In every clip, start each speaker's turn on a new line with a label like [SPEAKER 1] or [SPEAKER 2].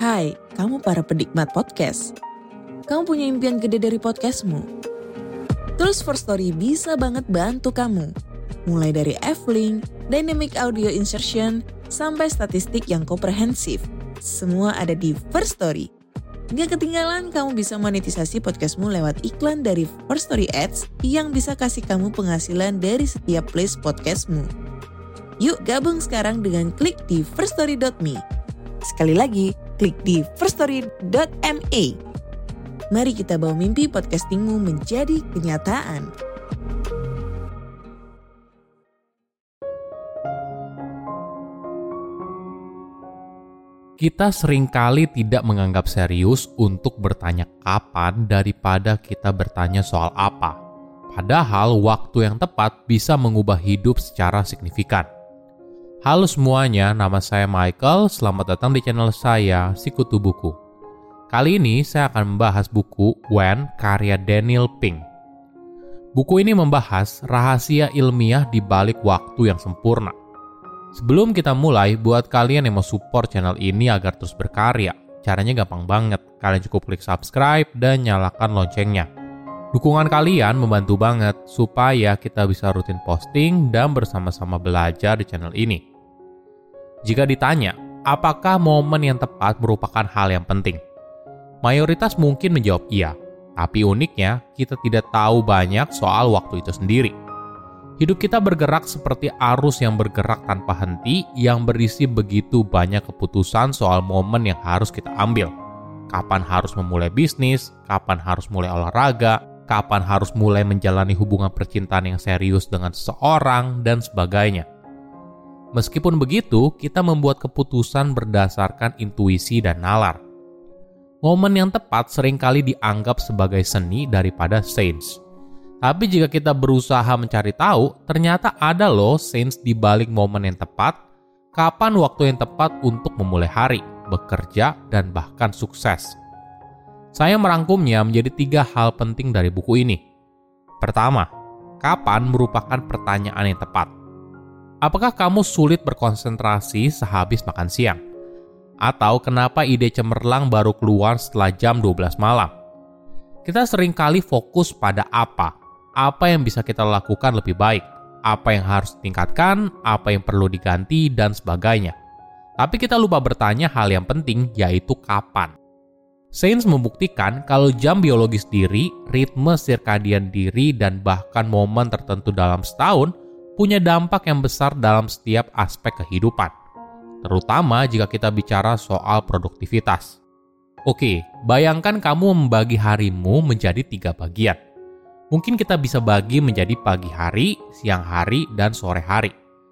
[SPEAKER 1] Hai, kamu para penikmat podcast. Kamu punya impian gede dari podcastmu? Terus First Story bisa banget bantu kamu. Mulai dari F-Link, Dynamic Audio Insertion, sampai statistik yang komprehensif. Semua ada di First Story. Gak ketinggalan kamu bisa monetisasi podcastmu lewat iklan dari First Story Ads yang bisa kasih kamu penghasilan dari setiap place podcastmu. Yuk gabung sekarang dengan klik di firststory.me. Sekali lagi, klik di firststory.me. Mari kita bawa mimpi podcastingmu menjadi kenyataan.
[SPEAKER 2] Kita seringkali tidak menganggap serius untuk bertanya kapan daripada kita bertanya soal apa. Padahal waktu yang tepat bisa mengubah hidup secara signifikan. Halo semuanya, nama saya Michael. Selamat datang di channel saya, Sikutu Buku. Kali ini saya akan membahas buku When karya Daniel Pink. Buku ini membahas rahasia ilmiah di balik waktu yang sempurna. Sebelum kita mulai, buat kalian yang mau support channel ini agar terus berkarya, caranya gampang banget. Kalian cukup klik subscribe dan nyalakan loncengnya. Dukungan kalian membantu banget supaya kita bisa rutin posting dan bersama-sama belajar di channel ini. Jika ditanya, apakah momen yang tepat merupakan hal yang penting? Mayoritas mungkin menjawab iya, tapi uniknya kita tidak tahu banyak soal waktu itu sendiri. Hidup kita bergerak seperti arus yang bergerak tanpa henti yang berisi begitu banyak keputusan soal momen yang harus kita ambil. Kapan harus memulai bisnis, kapan harus mulai olahraga, kapan harus mulai menjalani hubungan percintaan yang serius dengan seseorang, dan sebagainya. Meskipun begitu, kita membuat keputusan berdasarkan intuisi dan nalar. Momen yang tepat seringkali dianggap sebagai seni daripada sains. Tapi jika kita berusaha mencari tahu, ternyata ada loh sains di balik momen yang tepat, kapan waktu yang tepat untuk memulai hari, bekerja, dan bahkan sukses. Saya merangkumnya menjadi 3 hal penting dari buku ini. Pertama, kapan merupakan pertanyaan yang tepat. Apakah kamu sulit berkonsentrasi sehabis makan siang? Atau kenapa ide cemerlang baru keluar setelah jam 12 malam? Kita seringkali fokus pada apa yang bisa kita lakukan lebih baik, apa yang harus ditingkatkan, apa yang perlu diganti, dan sebagainya. Tapi kita lupa bertanya hal yang penting, yaitu kapan. Sains membuktikan kalau jam biologis diri, ritme sirkadian diri, dan bahkan momen tertentu dalam setahun punya dampak yang besar dalam setiap aspek kehidupan, terutama jika kita bicara soal produktivitas. Oke, bayangkan kamu membagi harimu menjadi 3 bagian. Mungkin kita bisa bagi menjadi pagi hari, siang hari, dan sore hari.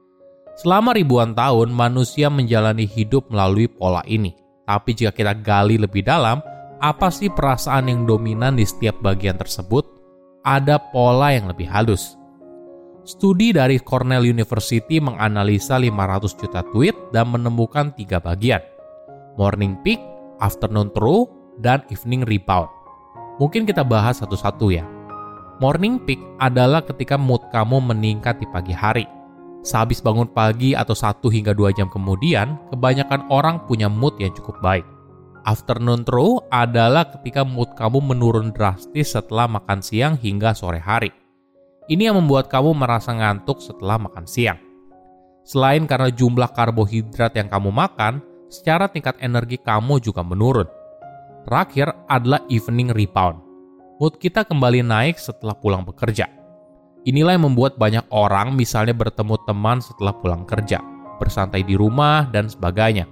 [SPEAKER 2] Selama ribuan tahun, manusia menjalani hidup melalui pola ini. Tapi jika kita gali lebih dalam, apa sih perasaan yang dominan di setiap bagian tersebut? Ada pola yang lebih halus. Studi dari Cornell University menganalisa 500 juta tweet dan menemukan 3 bagian. Morning peak, afternoon through, dan evening rebound. Mungkin kita bahas satu-satu ya. Morning peak adalah ketika mood kamu meningkat di pagi hari. Sehabis bangun pagi atau 1 hingga 2 jam kemudian, kebanyakan orang punya mood yang cukup baik. Afternoon through adalah ketika mood kamu menurun drastis setelah makan siang hingga sore hari. Ini yang membuat kamu merasa ngantuk setelah makan siang. Selain karena jumlah karbohidrat yang kamu makan, secara tingkat energi kamu juga menurun. Terakhir adalah evening rebound. Mood kita kembali naik setelah pulang bekerja. Inilah yang membuat banyak orang misalnya bertemu teman setelah pulang kerja, bersantai di rumah, dan sebagainya.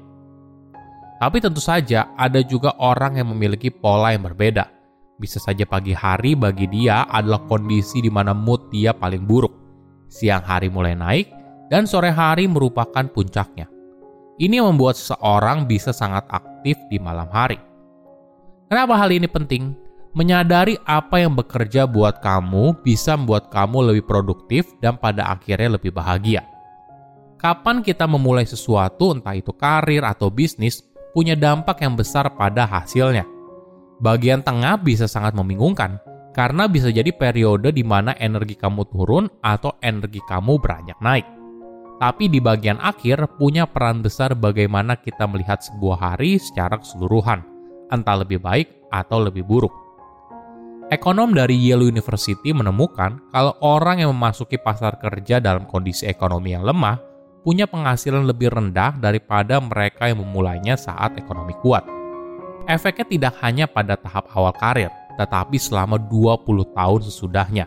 [SPEAKER 2] Tapi tentu saja ada juga orang yang memiliki pola yang berbeda. Bisa saja pagi hari bagi dia adalah kondisi di mana mood dia paling buruk. Siang hari mulai naik, dan sore hari merupakan puncaknya. Ini yang membuat seseorang bisa sangat aktif di malam hari. Kenapa hal ini penting? Menyadari apa yang bekerja buat kamu bisa membuat kamu lebih produktif dan pada akhirnya lebih bahagia. Kapan kita memulai sesuatu, entah itu karir atau bisnis, punya dampak yang besar pada hasilnya. Bagian tengah bisa sangat membingungkan, karena bisa jadi periode di mana energi kamu turun atau energi kamu beranjak naik. Tapi di bagian akhir punya peran besar bagaimana kita melihat sebuah hari secara keseluruhan, entah lebih baik atau lebih buruk. Ekonom dari Yale University menemukan kalau orang yang memasuki pasar kerja dalam kondisi ekonomi yang lemah punya penghasilan lebih rendah daripada mereka yang memulainya saat ekonomi kuat. Efeknya tidak hanya pada tahap awal karir, tetapi selama 20 tahun sesudahnya.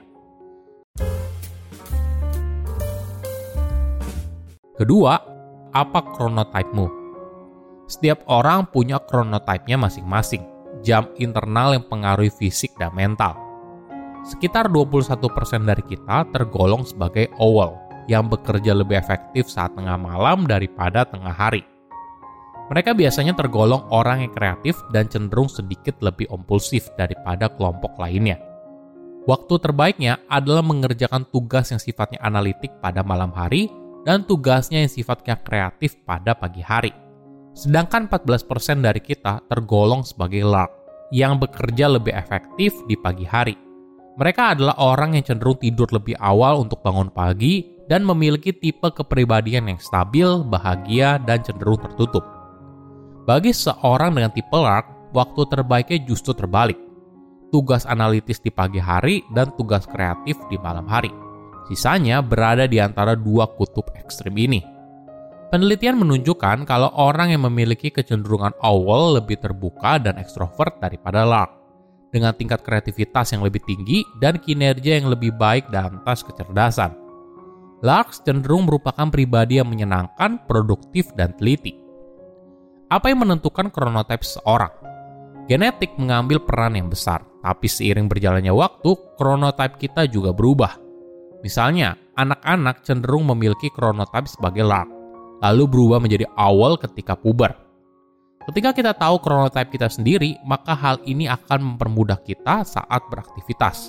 [SPEAKER 2] Kedua, apa chronotype-mu? Setiap orang punya chronotype-nya masing-masing, jam internal yang pengaruhi fisik dan mental. Sekitar 21% dari kita tergolong sebagai owl, yang bekerja lebih efektif saat tengah malam daripada tengah hari. Mereka biasanya tergolong orang yang kreatif dan cenderung sedikit lebih impulsif daripada kelompok lainnya. Waktu terbaiknya adalah mengerjakan tugas yang sifatnya analitik pada malam hari dan tugasnya yang sifatnya kreatif pada pagi hari. Sedangkan 14% dari kita tergolong sebagai lark, yang bekerja lebih efektif di pagi hari. Mereka adalah orang yang cenderung tidur lebih awal untuk bangun pagi dan memiliki tipe kepribadian yang stabil, bahagia, dan cenderung tertutup. Bagi seorang dengan tipe lark, waktu terbaiknya justru terbalik. Tugas analitis di pagi hari dan tugas kreatif di malam hari. Sisanya berada di antara dua kutub ekstrim ini. Penelitian menunjukkan kalau orang yang memiliki kecenderungan owl lebih terbuka dan ekstrovert daripada lark, dengan tingkat kreativitas yang lebih tinggi dan kinerja yang lebih baik dalam tes kecerdasan. Larks cenderung merupakan pribadi yang menyenangkan, produktif, dan teliti. Apa yang menentukan chronotype seseorang? Genetik mengambil peran yang besar, tapi seiring berjalannya waktu, chronotype kita juga berubah. Misalnya, anak-anak cenderung memiliki chronotype sebagai lark, lalu berubah menjadi owl ketika puber. Ketika kita tahu chronotype kita sendiri, maka hal ini akan mempermudah kita saat beraktivitas.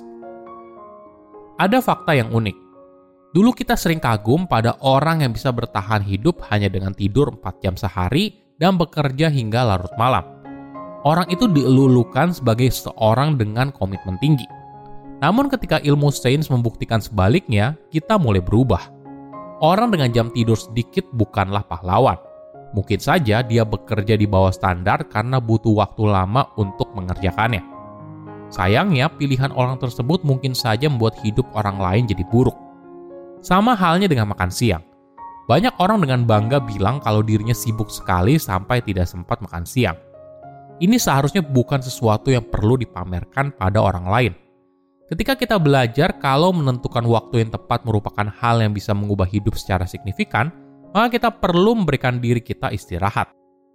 [SPEAKER 2] Ada fakta yang unik. Dulu kita sering kagum pada orang yang bisa bertahan hidup hanya dengan tidur 4 jam sehari dan bekerja hingga larut malam. Orang itu dielulukan sebagai seorang dengan komitmen tinggi. Namun ketika ilmu sains membuktikan sebaliknya, kita mulai berubah. Orang dengan jam tidur sedikit bukanlah pahlawan. Mungkin saja dia bekerja di bawah standar karena butuh waktu lama untuk mengerjakannya. Sayangnya, pilihan orang tersebut mungkin saja membuat hidup orang lain jadi buruk. Sama halnya dengan makan siang. Banyak orang dengan bangga bilang kalau dirinya sibuk sekali sampai tidak sempat makan siang. Ini seharusnya bukan sesuatu yang perlu dipamerkan pada orang lain. Ketika kita belajar kalau menentukan waktu yang tepat merupakan hal yang bisa mengubah hidup secara signifikan, maka kita perlu memberikan diri kita istirahat.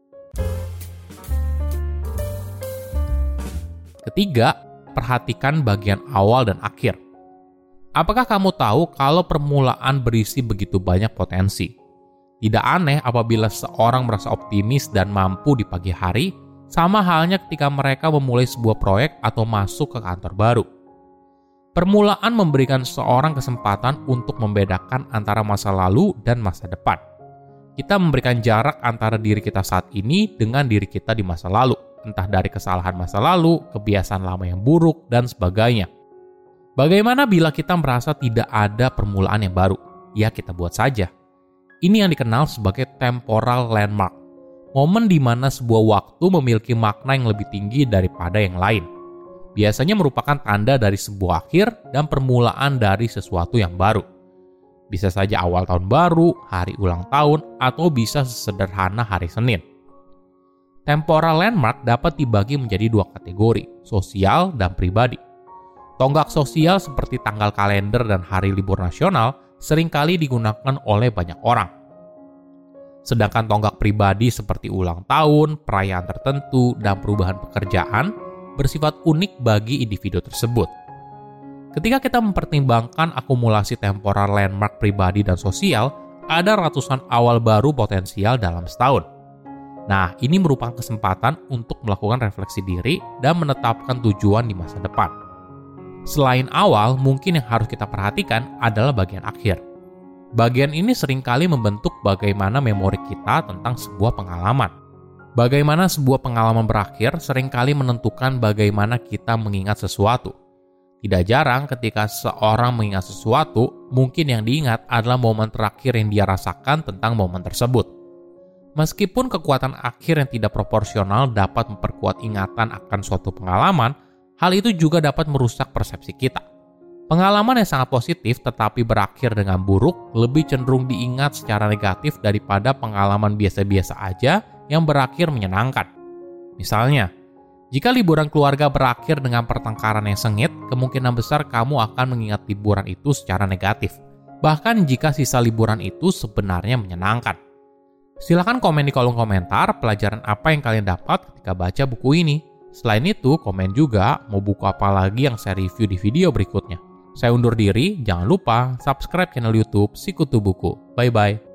[SPEAKER 2] Ketiga, perhatikan bagian awal dan akhir. Apakah kamu tahu kalau permulaan berisi begitu banyak potensi? Tidak aneh apabila seorang merasa optimis dan mampu di pagi hari, sama halnya ketika mereka memulai sebuah proyek atau masuk ke kantor baru. Permulaan memberikan seorang kesempatan untuk membedakan antara masa lalu dan masa depan. Kita memberikan jarak antara diri kita saat ini dengan diri kita di masa lalu, entah dari kesalahan masa lalu, kebiasaan lama yang buruk, dan sebagainya. Bagaimana bila kita merasa tidak ada permulaan yang baru? Ya, kita buat saja. Ini yang dikenal sebagai temporal landmark. Momen di mana sebuah waktu memiliki makna yang lebih tinggi daripada yang lain. Biasanya merupakan tanda dari sebuah akhir dan permulaan dari sesuatu yang baru. Bisa saja awal tahun baru, hari ulang tahun, atau bisa sesederhana hari Senin. Temporal landmark dapat dibagi menjadi dua kategori, sosial dan pribadi. Tonggak sosial seperti tanggal kalender dan hari libur nasional seringkali digunakan oleh banyak orang. Sedangkan tonggak pribadi seperti ulang tahun, perayaan tertentu, dan perubahan pekerjaan bersifat unik bagi individu tersebut. Ketika kita mempertimbangkan akumulasi temporal landmark pribadi dan sosial, ada ratusan awal baru potensial dalam setahun. Nah, ini merupakan kesempatan untuk melakukan refleksi diri dan menetapkan tujuan di masa depan. Selain awal, mungkin yang harus kita perhatikan adalah bagian akhir. Bagian ini seringkali membentuk bagaimana memori kita tentang sebuah pengalaman. Bagaimana sebuah pengalaman berakhir seringkali menentukan bagaimana kita mengingat sesuatu. Tidak jarang ketika seorang mengingat sesuatu, mungkin yang diingat adalah momen terakhir yang dia rasakan tentang momen tersebut. Meskipun kekuatan akhir yang tidak proporsional dapat memperkuat ingatan akan suatu pengalaman, hal itu juga dapat merusak persepsi kita. Pengalaman yang sangat positif tetapi berakhir dengan buruk lebih cenderung diingat secara negatif daripada pengalaman biasa-biasa aja yang berakhir menyenangkan. Misalnya, jika liburan keluarga berakhir dengan pertengkaran yang sengit, kemungkinan besar kamu akan mengingat liburan itu secara negatif. Bahkan jika sisa liburan itu sebenarnya menyenangkan. Silakan komen di kolom komentar pelajaran apa yang kalian dapat ketika baca buku ini. Selain itu, komen juga mau buku apa lagi yang saya review di video berikutnya. Saya undur diri, jangan lupa subscribe channel YouTube Sikutu Buku. Bye-bye.